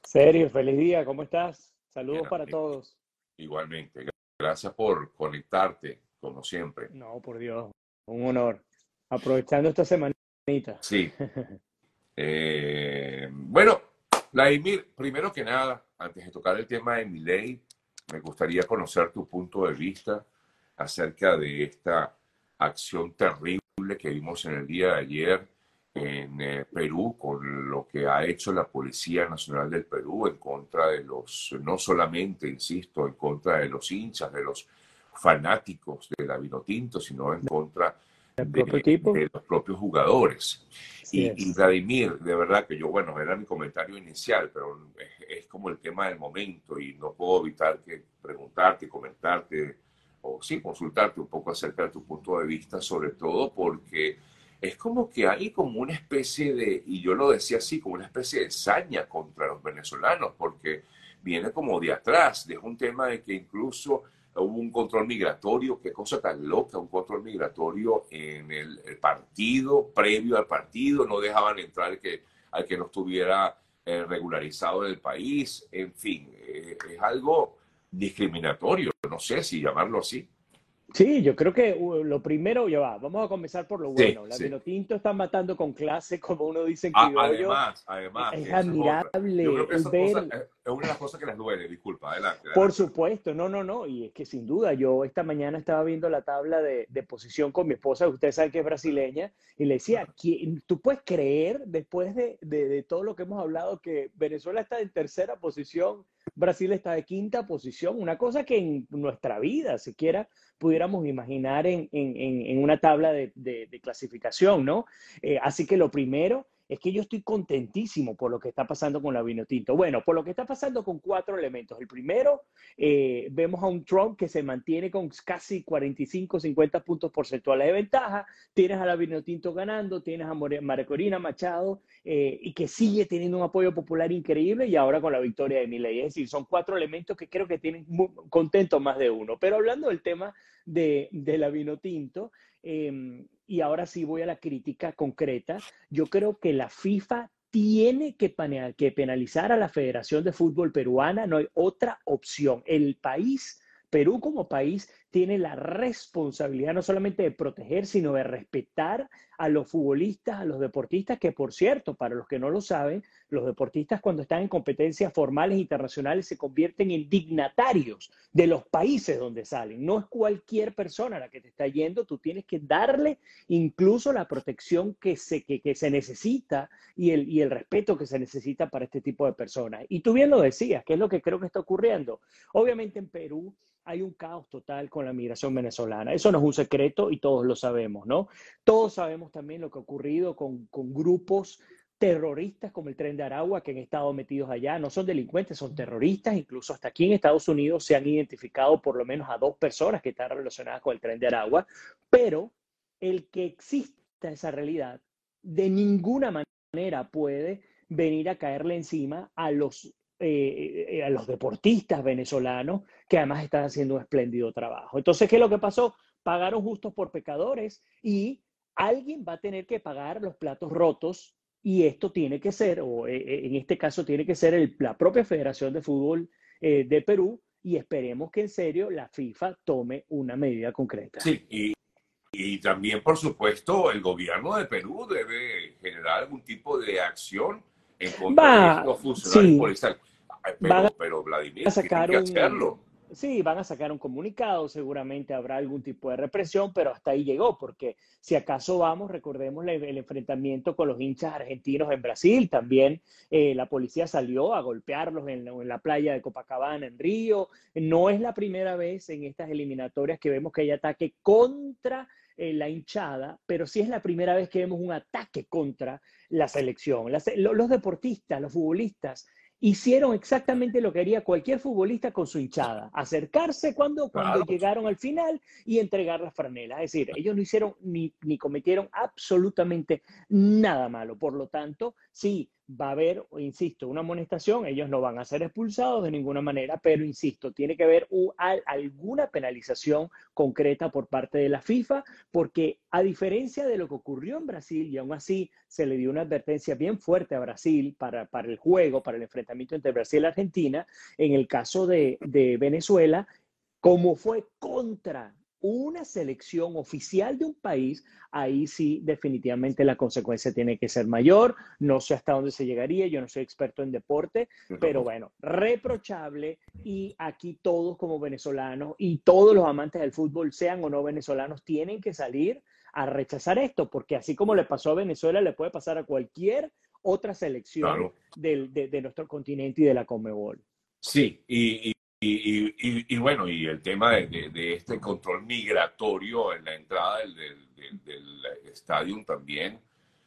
Sergio, feliz día, ¿cómo estás? Saludos para Igualmente, todos. igualmente. Gracias por conectarte, como siempre. No, por Dios, un honor. Aprovechando esta semanita. Sí. Bueno, Vladimir, primero que nada, antes de tocar el tema de mi ley, me gustaría conocer tu punto de vista acerca de esta acción terrible que vimos en el día de ayer en Perú, con lo que ha hecho la Policía Nacional del Perú en contra de los, no solamente, insisto, en contra de los hinchas, de los fanáticos de la Vinotinto, sino en contra ¿El propio equipo? de los propios jugadores. Así Y es. Vladimir, de verdad que yo, bueno, era mi comentario inicial, pero es como el tema del momento y no puedo evitar que preguntarte, comentarte o sí, consultarte un poco acerca de tu punto de vista, sobre todo porque es como que hay como una especie de, y yo lo decía así, como una especie de saña contra los venezolanos, porque viene como de atrás, de un tema de que incluso hubo un control migratorio, qué cosa tan loca, un control migratorio en el partido, previo al partido, no dejaban entrar al que no estuviera regularizado en el país, en fin, es algo discriminatorio, no sé si llamarlo así. Sí, yo creo que lo primero, ya va, vamos a comenzar por lo Sí, bueno. La sí. Vinotinto está matando con clase, como uno dice en criollo. Además, Es que eso es otra. Yo creo admirable que el esa cosa ver. es una de las cosas que les duele. Disculpa, adelante, Por adelante. supuesto, no, no, no, y es que sin duda, yo esta mañana estaba viendo la tabla de posición con mi esposa, que usted sabe que es brasileña, y le decía, ¿tú puedes creer, después de todo lo que hemos hablado, que Venezuela está en tercera posición, Brasil está de quinta posición? Una cosa que en nuestra vida siquiera pudiéramos imaginar en una tabla de clasificación, ¿no? Así que lo primero es que yo estoy contentísimo por lo que está pasando con la Vinotinto. Bueno, por lo que está pasando con cuatro elementos. El primero, vemos a un Trump que se mantiene con casi 45, 50 puntos porcentuales de ventaja. Tienes a la Vinotinto ganando, tienes a María Corina Machado, y que sigue teniendo un apoyo popular increíble, y ahora con la victoria de Milei. Es decir, son cuatro elementos que creo que tienen muy contento más de uno. Pero hablando del tema de la Vinotinto, y ahora sí voy a la crítica concreta, yo creo que la FIFA tiene que penalizar a la Federación de Fútbol Peruana, no hay otra opción. El país, Perú como país, tiene la responsabilidad no solamente de proteger, sino de respetar a los futbolistas, a los deportistas, que por cierto, para los que no lo saben, los deportistas cuando están en competencias formales internacionales se convierten en dignatarios de los países donde salen. No es cualquier persona a la que te está yendo, tú tienes que darle incluso la protección que se necesita y el respeto que se necesita para este tipo de personas. Y tú bien lo decías, ¿qué es lo que creo que está ocurriendo? Obviamente en Perú hay un caos total con la migración venezolana. Eso no es un secreto y todos lo sabemos, ¿no? Todos sabemos también lo que ha ocurrido con grupos terroristas como el Tren de Aragua, que han estado metidos allá. No son delincuentes, son terroristas. Incluso hasta aquí en Estados Unidos se han identificado por lo menos a dos personas que están relacionadas con el Tren de Aragua. Pero el que exista esa realidad de ninguna manera puede venir a caerle encima a los deportistas venezolanos, que además están haciendo un espléndido trabajo. Entonces, ¿qué es lo que pasó? Pagaron justos por pecadores, y alguien va a tener que pagar los platos rotos, y esto tiene que ser, o en este caso tiene que ser la propia Federación de Fútbol de Perú, y esperemos que en serio la FIFA tome una medida concreta. Sí, y también, por supuesto, el gobierno de Perú debe generar algún tipo de acción en contra de Va, estos funcionarios sí, policiales. Ay, van pero a Vladimir, tienen sacar que hacerlo. sí, van a sacar un comunicado, seguramente habrá algún tipo de represión, pero hasta ahí llegó, porque si acaso vamos, recordemos el enfrentamiento con los hinchas argentinos en Brasil, también la policía salió a golpearlos en la playa de Copacabana, en Río. No es la primera vez en estas eliminatorias que vemos que hay ataque contra la hinchada, pero sí es la primera vez que vemos un ataque contra la selección. Los deportistas, los futbolistas, hicieron exactamente lo que haría cualquier futbolista con su hinchada: acercarse cuando Claro, llegaron al final y entregar las franelas. Es decir, ellos no hicieron ni cometieron absolutamente nada malo. Por lo tanto, sí, va a haber, insisto, una amonestación, ellos no van a ser expulsados de ninguna manera, pero insisto, tiene que haber alguna penalización concreta por parte de la FIFA, porque a diferencia de lo que ocurrió en Brasil, y aún así se le dio una advertencia bien fuerte a Brasil para el juego, para el enfrentamiento entre Brasil y Argentina, en el caso de Venezuela, como fue contra una selección oficial de un país, ahí sí definitivamente la consecuencia tiene que ser mayor. No sé hasta dónde se llegaría, yo no soy experto en deporte, pero bueno, reprochable, y aquí todos como venezolanos y todos los amantes del fútbol, sean o no venezolanos, tienen que salir a rechazar esto, porque así como le pasó a Venezuela, le puede pasar a cualquier otra selección Claro. de nuestro continente y de la Conmebol. Sí, y bueno, y el tema de este control migratorio en la entrada del estadio también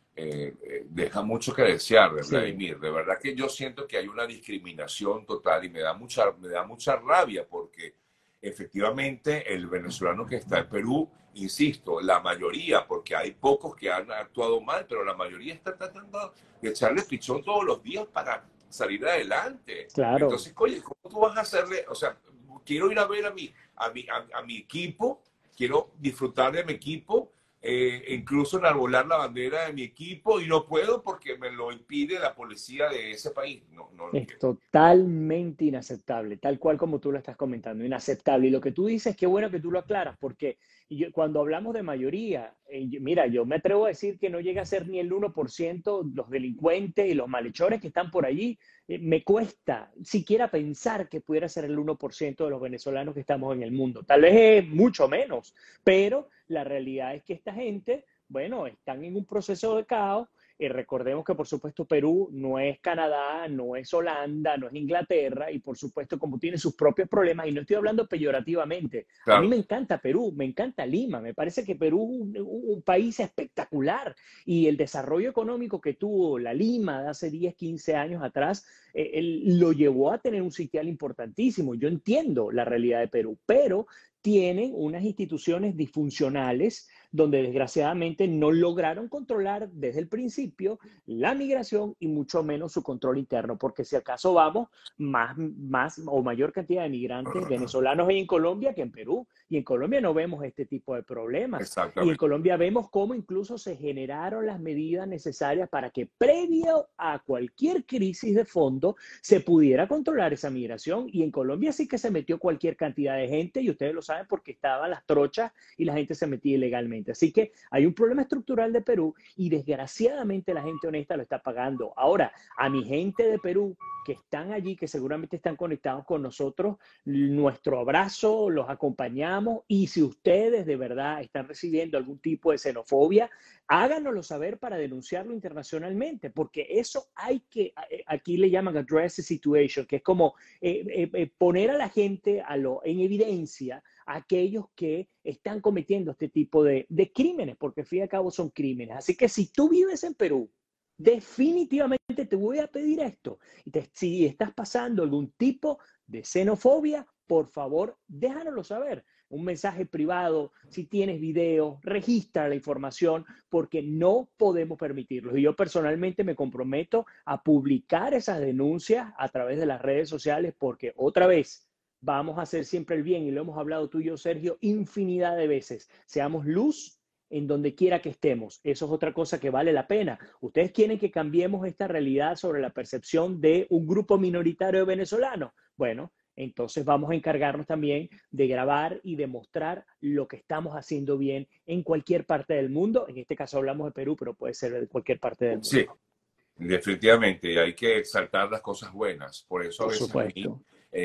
deja mucho que desear, Sí, Vladimir. De verdad que yo siento que hay una discriminación total y me da mucha rabia porque efectivamente el venezolano que está en Perú, insisto, la mayoría, porque hay pocos que han actuado mal, pero la mayoría está tratando de echarle pichón todos los días para salir adelante. claro. Entonces, oye, ¿cómo tú vas a hacerle? O sea, quiero ir a ver a mi equipo, quiero disfrutar de mi equipo, incluso enarbolar la bandera de mi equipo y no puedo porque me lo impide la policía de ese país. No, no lo Es entiendo. totalmente inaceptable, tal cual como tú lo estás comentando, inaceptable. Y lo que tú dices, qué bueno que tú lo aclaras, porque cuando hablamos de mayoría, mira, yo me atrevo a decir que no llega a ser ni el 1% los delincuentes y los malhechores que están por allí. Me cuesta siquiera pensar que pudiera ser el 1% de los venezolanos que estamos en el mundo. Tal vez es mucho menos, pero la realidad es que esta gente, bueno, están en un proceso de caos. Recordemos que, por supuesto, Perú no es Canadá, no es Holanda, no es Inglaterra, y por supuesto, como tiene sus propios problemas, y no estoy hablando peyorativamente. A mí Claro, me encanta Perú, me encanta Lima, me parece que Perú es un país espectacular, y el desarrollo económico que tuvo la Lima de hace 10, 15 años atrás, él lo llevó a tener un sitial importantísimo. Yo entiendo la realidad de Perú, pero tienen unas instituciones disfuncionales donde desgraciadamente no lograron controlar desde el principio la migración y mucho menos su control interno, porque si acaso vamos, más o mayor cantidad de migrantes venezolanos hay en Colombia que en Perú, y en Colombia no vemos este tipo de problemas, y en exactamente. Colombia vemos cómo incluso se generaron las medidas necesarias para que previo a cualquier crisis de fondo se pudiera controlar esa migración, y en Colombia sí que se metió cualquier cantidad de gente, y ustedes lo saben porque estaban las trochas y la gente se metía ilegalmente. Así que hay un problema estructural de Perú y desgraciadamente la gente honesta lo está pagando. Ahora, a mi gente de Perú que están allí, que seguramente están conectados con nosotros, nuestro abrazo, los acompañamos, y si ustedes de verdad están recibiendo algún tipo de xenofobia, háganoslo saber para denunciarlo internacionalmente, porque eso hay que, aquí le llaman address the situation, que es como poner a la gente en evidencia a aquellos que están cometiendo este tipo de crímenes, porque al fin y al cabo son crímenes. Así que si tú vives en Perú, definitivamente te voy a pedir esto. Si estás pasando algún tipo de xenofobia, por favor, déjanoslo saber. Un mensaje privado, si tienes video, registra la información, porque no podemos permitirlo. Y yo personalmente me comprometo a publicar esas denuncias a través de las redes sociales, porque otra vez vamos a hacer siempre el bien, y lo hemos hablado tú y yo, Sergio, infinidad de veces. Seamos luz en donde quiera que estemos. Eso es otra cosa que vale la pena. Ustedes quieren que cambiemos esta realidad sobre la percepción de un grupo minoritario de venezolanos. Bueno, entonces vamos a encargarnos también de grabar y de mostrar lo que estamos haciendo bien en cualquier parte del mundo. En este caso hablamos de Perú, pero puede ser de cualquier parte del Sí, mundo. definitivamente, hay que exaltar las cosas buenas. Por eso a Por veces a mí supuesto.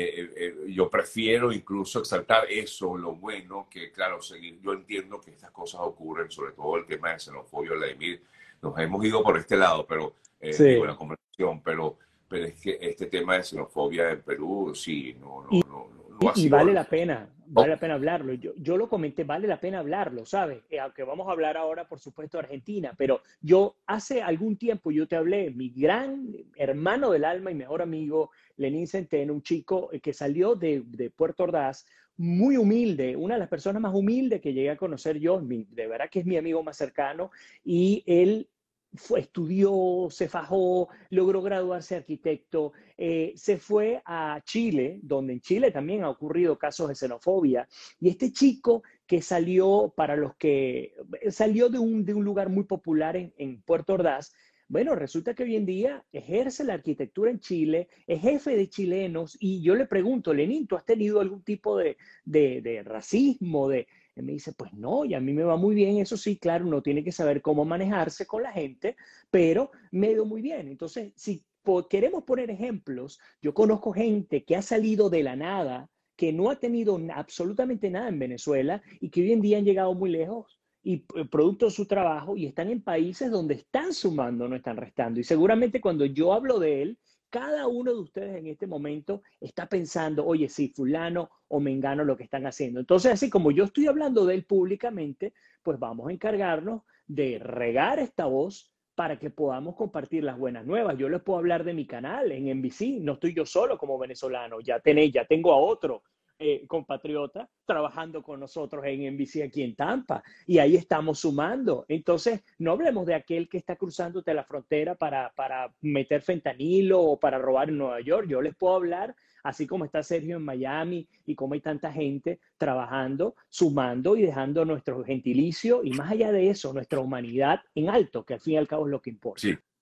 yo prefiero incluso exaltar eso, lo bueno, que claro, seguir. Yo entiendo que estas cosas ocurren, sobre todo el tema de xenofobia, Vladimir. Nos hemos ido por este lado, pero digo, la Sí. conversación, pero es que este tema de xenofobia en Perú, sí, no, Y, no, no, no ha y sido. vale la pena hablarlo. Yo lo comenté, vale la pena hablarlo, ¿sabes? Aunque vamos a hablar ahora, por supuesto, de Argentina, pero yo hace algún tiempo yo te hablé, mi gran hermano del alma y mejor amigo, Lenín Centeno, un chico que salió de Puerto Ordaz, muy humilde, una de las personas más humildes que llegué a conocer yo, de verdad que es mi amigo más cercano, y él estudió, se fajó, logró graduarse de arquitecto, se fue a Chile, donde en Chile también ha ocurrido casos de xenofobia, y este chico que salió, para los que salió de un lugar muy popular en Puerto Ordaz, bueno, resulta que hoy en día ejerce la arquitectura en Chile, es jefe de chilenos, y yo le pregunto, Lenín, ¿tú has tenido algún tipo de racismo, de, y me dice, pues no, y a mí me va muy bien, eso sí, claro, uno tiene que saber cómo manejarse con la gente, pero me ha ido muy bien. Entonces, si queremos poner ejemplos, yo conozco gente que ha salido de la nada, que no ha tenido absolutamente nada en Venezuela y que hoy en día han llegado muy lejos y producto de su trabajo y están en países donde están sumando, no están restando. Y seguramente cuando yo hablo de él, cada uno de ustedes en este momento está pensando, oye, sí, fulano o mengano lo que están haciendo. Entonces, así como yo estoy hablando de él públicamente, pues vamos a encargarnos de regar esta voz para que podamos compartir las buenas nuevas. Yo les puedo hablar de mi canal en NBC, no estoy yo solo como venezolano, ya tengo a otro compatriota trabajando con nosotros en NBC aquí en Tampa y ahí estamos sumando. Entonces, no hablemos de aquel que está cruzándote la frontera para meter fentanilo o para robar en Nueva York. Yo les puedo hablar, así como está Sergio en Miami y como hay tanta gente trabajando, sumando y dejando nuestro gentilicio y más allá de eso, nuestra humanidad en alto, que al fin y al cabo es lo que importa. Sí,